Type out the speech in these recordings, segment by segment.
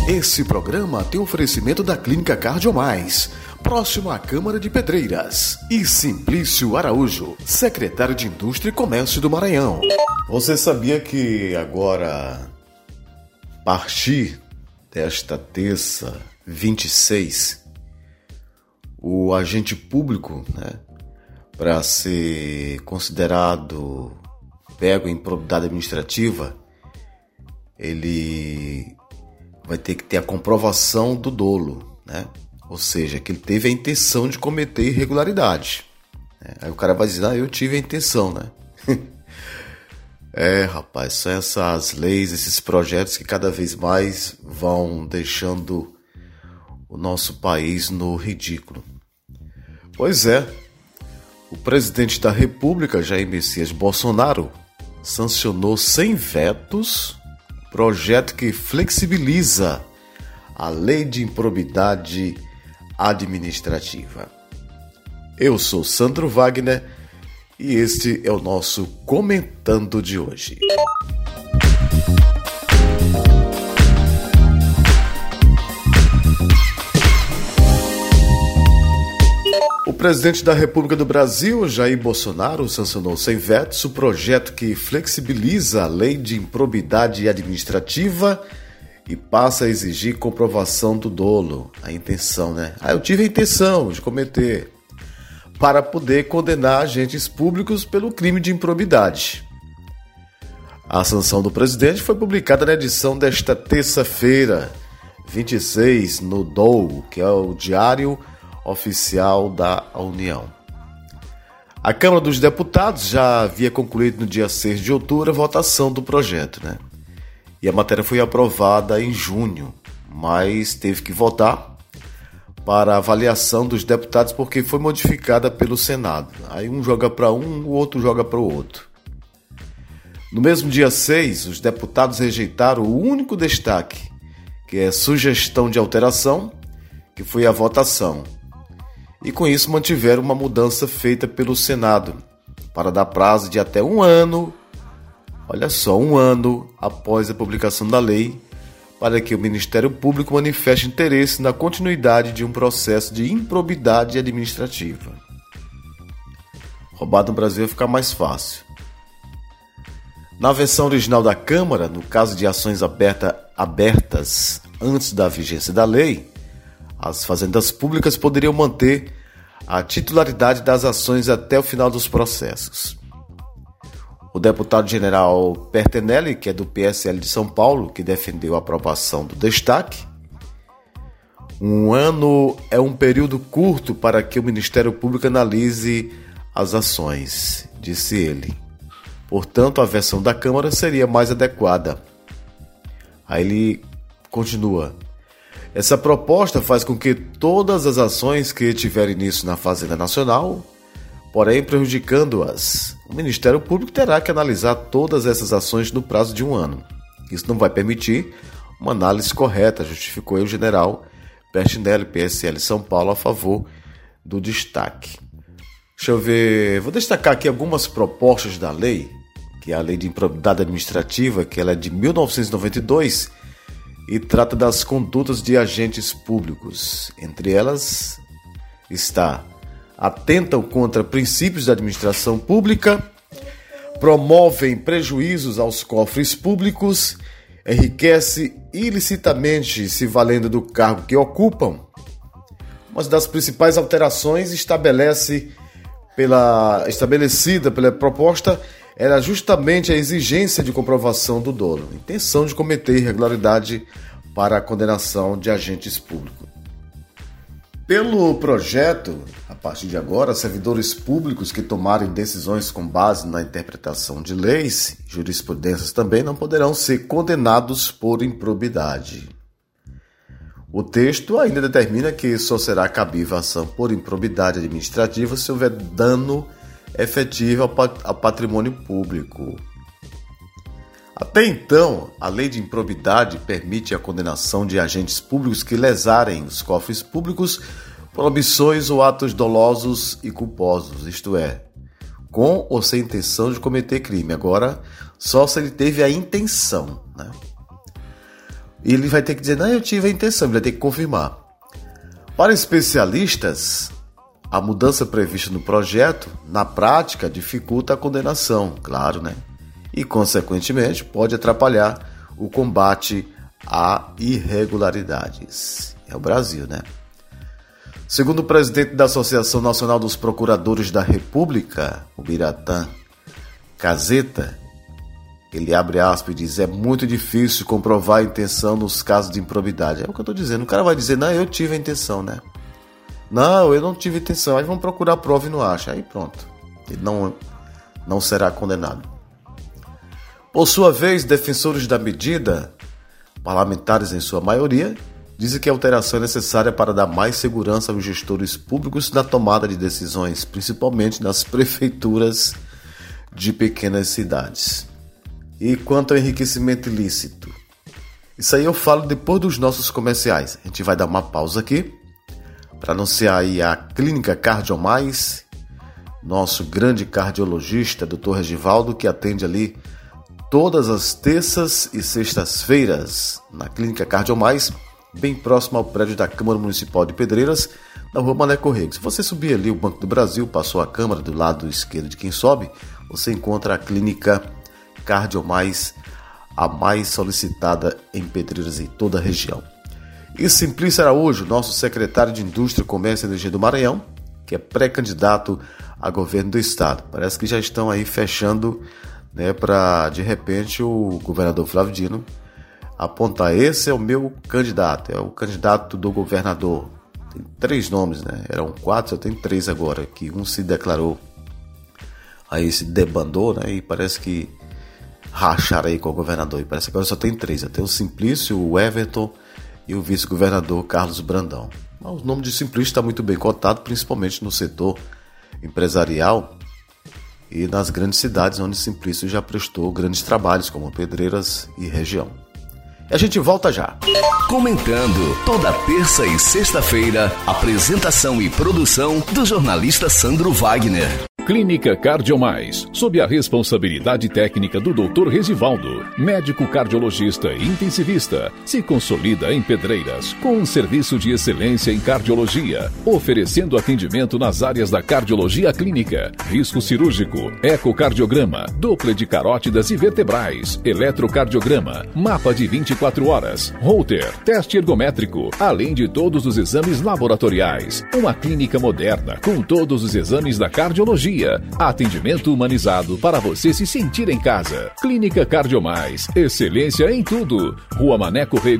Esse programa tem oferecimento da Clínica Cardiomais, próximo à Câmara de Pedreiras, e Simplício Araújo, secretário de Indústria e Comércio do Maranhão. Você sabia que agora, a partir desta terça, 26, o agente público, para ser considerado pego em improbidade administrativa, ele vai ter que ter a comprovação do dolo, Ou seja, que ele teve a intenção de cometer irregularidade. Aí o cara vai dizer, eu tive a intenção, Rapaz, são essas leis, esses projetos que cada vez mais vão deixando o nosso país no ridículo. Pois é, o presidente da República, Jair Messias Bolsonaro, sancionou sem vetos projeto que flexibiliza a lei de improbidade administrativa. Eu sou Sandro Wagner e este é o nosso Comentando de hoje. O presidente da República do Brasil, Jair Bolsonaro, sancionou sem vetos o projeto que flexibiliza a lei de improbidade administrativa e passa a exigir comprovação do dolo, a intenção, eu tive a intenção de cometer, para poder condenar agentes públicos pelo crime de improbidade. A sanção do presidente foi publicada na edição desta terça-feira, 26, no DOU, que é o Diário Oficial da União. A Câmara dos Deputados já havia concluído no dia 6 de outubro a votação do projeto, E a matéria foi aprovada em junho, mas teve que votar para avaliação dos deputados porque foi modificada pelo Senado. Aí um joga para um, o outro joga para o outro. No mesmo dia 6, os deputados rejeitaram o único destaque, que é sugestão de alteração, que foi a votação. E com isso mantiveram uma mudança feita pelo Senado, para dar prazo de até um ano, olha só, um ano após a publicação da lei, para que o Ministério Público manifeste interesse na continuidade de um processo de improbidade administrativa. Roubar no Brasil vai ficar mais fácil. Na versão original da Câmara, no caso de ações abertas antes da vigência da lei, as fazendas públicas poderiam manter a titularidade das ações até o final dos processos. O deputado general Pertinelli, que é do PSL de São Paulo, que defendeu a aprovação do destaque, um ano é um período curto para que o Ministério Público analise as ações, disse ele. Portanto, a versão da Câmara seria mais adequada. Aí ele continua. Essa proposta faz com que todas as ações que tiverem início na Fazenda Nacional, porém prejudicando-as, o Ministério Público terá que analisar todas essas ações no prazo de um ano. Isso não vai permitir uma análise correta, justificou o general Pertinelli, PSL São Paulo, a favor do destaque. Deixa eu ver, vou destacar aqui algumas propostas da lei, que é a Lei de Improbidade Administrativa, que ela é de 1992 e trata das condutas de agentes públicos. Entre elas está: atentam contra princípios da administração pública, promovem prejuízos aos cofres públicos, enriquece ilicitamente se valendo do cargo que ocupam. Uma das principais alterações estabelecida pela proposta era justamente a exigência de comprovação do dolo, intenção de cometer irregularidade para a condenação de agentes públicos. Pelo projeto, a partir de agora, servidores públicos que tomarem decisões com base na interpretação de leis, jurisprudências também, não poderão ser condenados por improbidade. O texto ainda determina que só será cabível a ação por improbidade administrativa se houver dano efetivo ao patrimônio público. Até então, a lei de improbidade permite a condenação de agentes públicos que lesarem os cofres públicos por omissões ou atos dolosos e culposos, isto é, com ou sem intenção de cometer crime. Agora, só se ele teve a intenção, E ele vai ter que dizer, não, eu tive a intenção, ele vai ter que confirmar. Para especialistas, a mudança prevista no projeto, na prática, dificulta a condenação, claro, né? E, consequentemente, pode atrapalhar o combate a irregularidades. É o Brasil, né? Segundo o presidente da Associação Nacional dos Procuradores da República, o Biratã Caseta, ele abre aspas e diz, é muito difícil comprovar a intenção nos casos de improbidade. É o que eu estou dizendo. O cara vai dizer, não, eu tive a intenção, né? Não, eu não tive a intenção. Aí vão procurar a prova e não acha. Aí pronto. Ele não será condenado. Por sua vez, defensores da medida, parlamentares em sua maioria, dizem que a alteração é necessária para dar mais segurança aos gestores públicos na tomada de decisões, principalmente nas prefeituras de pequenas cidades. E quanto ao enriquecimento ilícito? Isso aí eu falo depois dos nossos comerciais. A gente vai dar uma pausa aqui para anunciar aí a Clínica CardioMais, nosso grande cardiologista, Dr. Regivaldo, que atende ali todas as terças e sextas-feiras na Clínica CardioMais, bem próximo ao prédio da Câmara Municipal de Pedreiras, na rua Mané Correia. Se você subir ali o Banco do Brasil, passou a Câmara do lado esquerdo de quem sobe, você encontra a Clínica CardioMais, a mais solicitada em Pedreiras e toda a região. E Simplício Araújo, nosso secretário de Indústria, Comércio e Energia do Maranhão, que é pré-candidato a governo do estado. Parece que já estão aí fechando, né, para de repente o governador Flávio Dino apontar, esse é o meu candidato, é o candidato do governador. Tem 3 nomes, né? Eram 4, só tem 3 agora, que um se declarou, aí se debandou, né? E parece que racharam aí com o governador, e parece que agora só tem 3, até o Simplício, o Everton e o vice-governador Carlos Brandão. Mas o nome de Simplício está muito bem cotado, principalmente no setor empresarial e nas grandes cidades onde Simplício já prestou grandes trabalhos, como Pedreiras e região. E a gente volta já. Comentando, toda terça e sexta-feira, apresentação e produção do jornalista Sandro Wagner. Clínica CardioMais, sob a responsabilidade técnica do Dr. Regivaldo, médico cardiologista e intensivista, se consolida em Pedreiras com um serviço de excelência em cardiologia, oferecendo atendimento nas áreas da cardiologia clínica, risco cirúrgico, ecocardiograma, Doppler de carótidas e vertebrais, eletrocardiograma, mapa de 24 horas, Holter, teste ergométrico, além de todos os exames laboratoriais. Uma clínica moderna com todos os exames da cardiologia. Atendimento humanizado para você se sentir em casa. Clínica CardioMais, excelência em tudo. Rua Mané Correia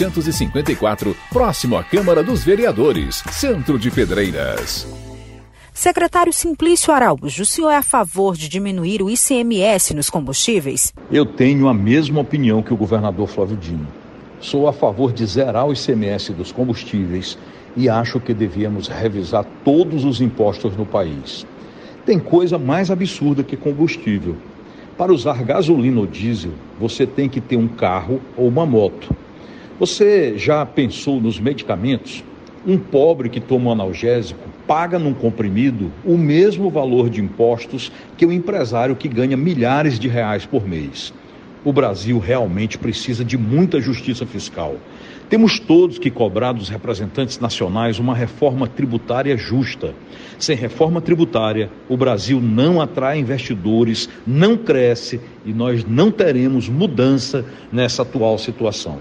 854, próximo à Câmara dos Vereadores, Centro de Pedreiras. Secretário Simplício Araújo, o senhor é a favor de diminuir o ICMS nos combustíveis? Eu tenho a mesma opinião que o governador Flávio Dino. Sou a favor de zerar o ICMS dos combustíveis e acho que devíamos revisar todos os impostos no país. Tem coisa mais absurda que combustível. Para usar gasolina ou diesel, você tem que ter um carro ou uma moto. Você já pensou nos medicamentos? Um pobre que toma um analgésico paga num comprimido o mesmo valor de impostos que o empresário que ganha milhares de reais por mês. O Brasil realmente precisa de muita justiça fiscal. Temos todos que cobrar dos representantes nacionais uma reforma tributária justa. Sem reforma tributária, o Brasil não atrai investidores, não cresce e nós não teremos mudança nessa atual situação.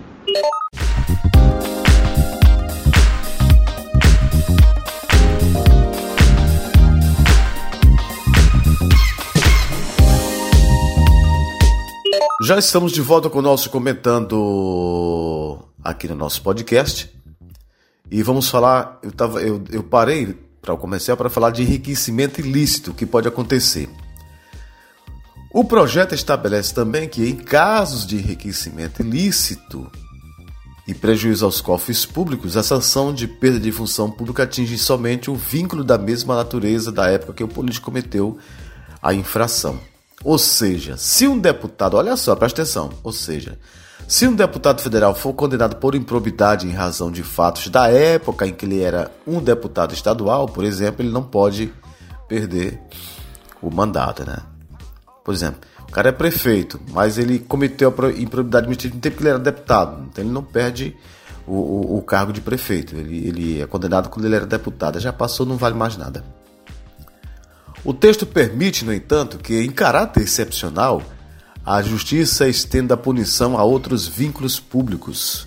Já estamos de volta com o nosso Comentando aqui no nosso podcast. E vamos falar, eu parei para o comercial para falar de enriquecimento ilícito que pode acontecer. O projeto estabelece também que em casos de enriquecimento ilícito e prejuízo aos cofres públicos, a sanção de perda de função pública atinge somente o vínculo da mesma natureza da época que o político cometeu a infração. Ou seja, se um deputado, olha só, presta atenção, se um deputado federal for condenado por improbidade em razão de fatos da época em que ele era um deputado estadual, por exemplo, ele não pode perder o mandato, né? Por exemplo, cara é prefeito, mas ele cometeu a improbidade administrativa no tempo que ele era deputado. Então ele não perde o cargo de prefeito. Ele é condenado quando ele era deputado. Já passou, não vale mais nada. O texto permite, no entanto, que, em caráter excepcional, a Justiça estenda a punição a outros vínculos públicos,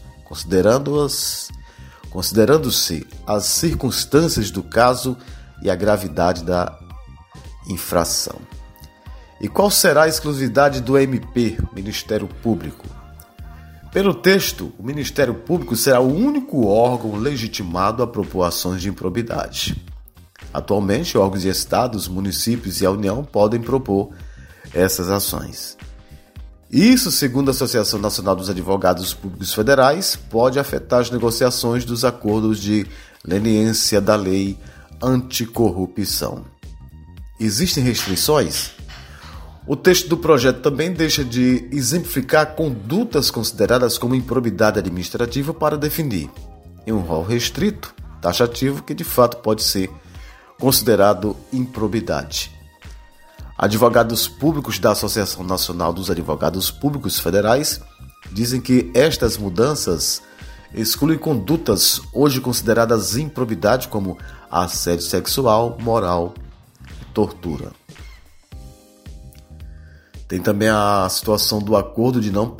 considerando-se as circunstâncias do caso e a gravidade da infração. E qual será a exclusividade do MP, Ministério Público? Pelo texto, o Ministério Público será o único órgão legitimado a propor ações de improbidade. Atualmente, órgãos de estados, municípios e a União podem propor essas ações. Isso, segundo a Associação Nacional dos Advogados Públicos Federais, pode afetar as negociações dos acordos de leniência da lei anticorrupção. Existem restrições? O texto do projeto também deixa de exemplificar condutas consideradas como improbidade administrativa para definir, em um rol restrito, taxativo, que de fato pode ser considerado improbidade. Advogados públicos da Associação Nacional dos Advogados Públicos Federais dizem que estas mudanças excluem condutas hoje consideradas improbidade, como assédio sexual, moral e tortura. Tem também a situação do acordo de não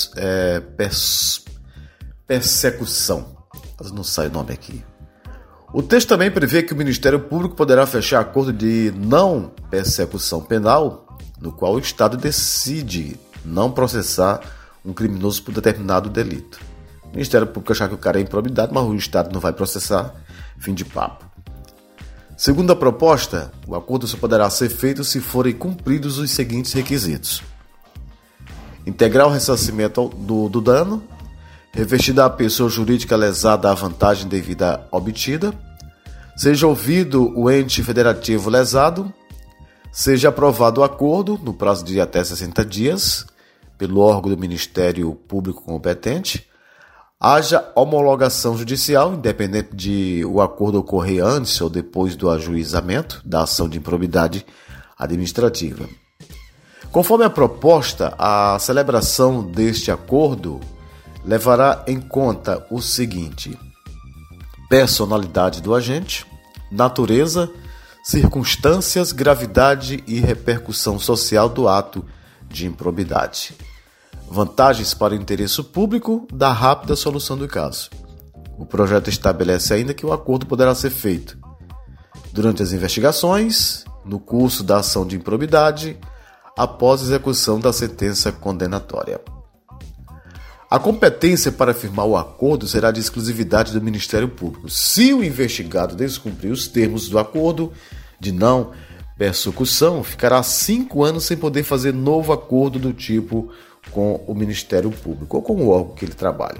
persecução. Mas não sai o nome aqui. O texto também prevê que o Ministério Público poderá fechar acordo de não persecução penal, no qual o Estado decide não processar um criminoso por determinado delito. O Ministério Público achar que o cara é improbidade, mas o Estado não vai processar, fim de papo. Segundo a proposta, o acordo só poderá ser feito se forem cumpridos os seguintes requisitos: integrar o ressarcimento do dano, revestida a pessoa jurídica lesada a vantagem devida obtida, seja ouvido o ente federativo lesado, seja aprovado o acordo no prazo de até 60 dias pelo órgão do Ministério Público competente, haja homologação judicial, independente de o acordo ocorrer antes ou depois do ajuizamento da ação de improbidade administrativa. Conforme a proposta, a celebração deste acordo levará em conta o seguinte: personalidade do agente, natureza, circunstâncias, gravidade e repercussão social do ato de improbidade. Vantagens para o interesse público da rápida solução do caso. O projeto estabelece ainda que o acordo poderá ser feito durante as investigações, no curso da ação de improbidade, após a execução da sentença condenatória. A competência para firmar o acordo será de exclusividade do Ministério Público. Se o investigado descumprir os termos do acordo de não persecução, ficará 5 anos sem poder fazer novo acordo do tipo com o Ministério Público ou com o órgão que ele trabalha.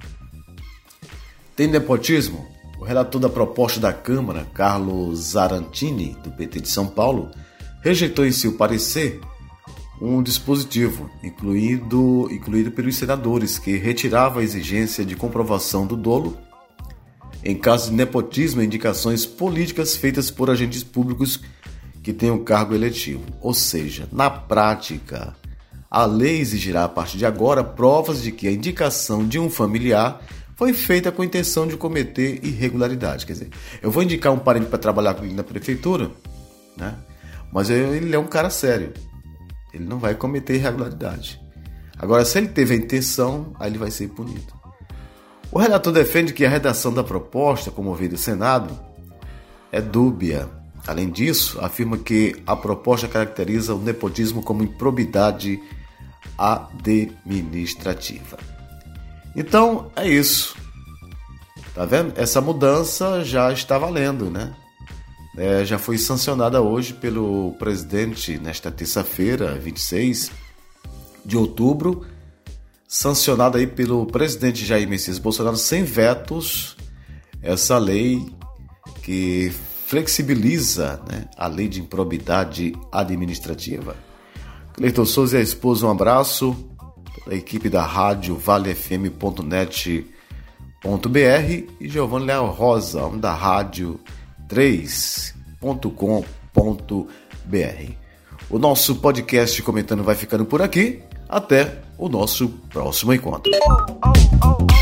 Tem nepotismo? O relator da proposta da Câmara, Carlos Zarantini, do PT de São Paulo, rejeitou em seu parecer um dispositivo incluído pelos senadores que retirava a exigência de comprovação do dolo em caso de nepotismo e indicações políticas feitas por agentes públicos que tenham cargo eletivo. Ou seja, na prática, a lei exigirá a partir de agora provas de que a indicação de um familiar foi feita com a intenção de cometer irregularidade. Quer dizer, eu vou indicar um parente para trabalhar comigo na prefeitura, né? Mas ele é um cara sério. Ele não vai cometer irregularidade. Agora, se ele teve a intenção, aí ele vai ser punido. O relator defende que a redação da proposta, como veio do Senado, é dúbia. Além disso, afirma que a proposta caracteriza o nepotismo como improbidade administrativa. Então, é isso. Tá vendo? Essa mudança já está valendo, né? Já foi sancionada hoje pelo presidente nesta terça-feira, 26 de outubro, sancionada aí pelo presidente Jair Messias Bolsonaro sem vetos, essa lei que flexibiliza, né, a lei de improbidade administrativa. Cleiton Souza e a esposa, um abraço. A equipe da rádio valefm.net.br e Giovanni Leal Rosa, da rádio 3.com.br. O nosso podcast Comentando vai ficando por aqui. Até o nosso próximo encontro.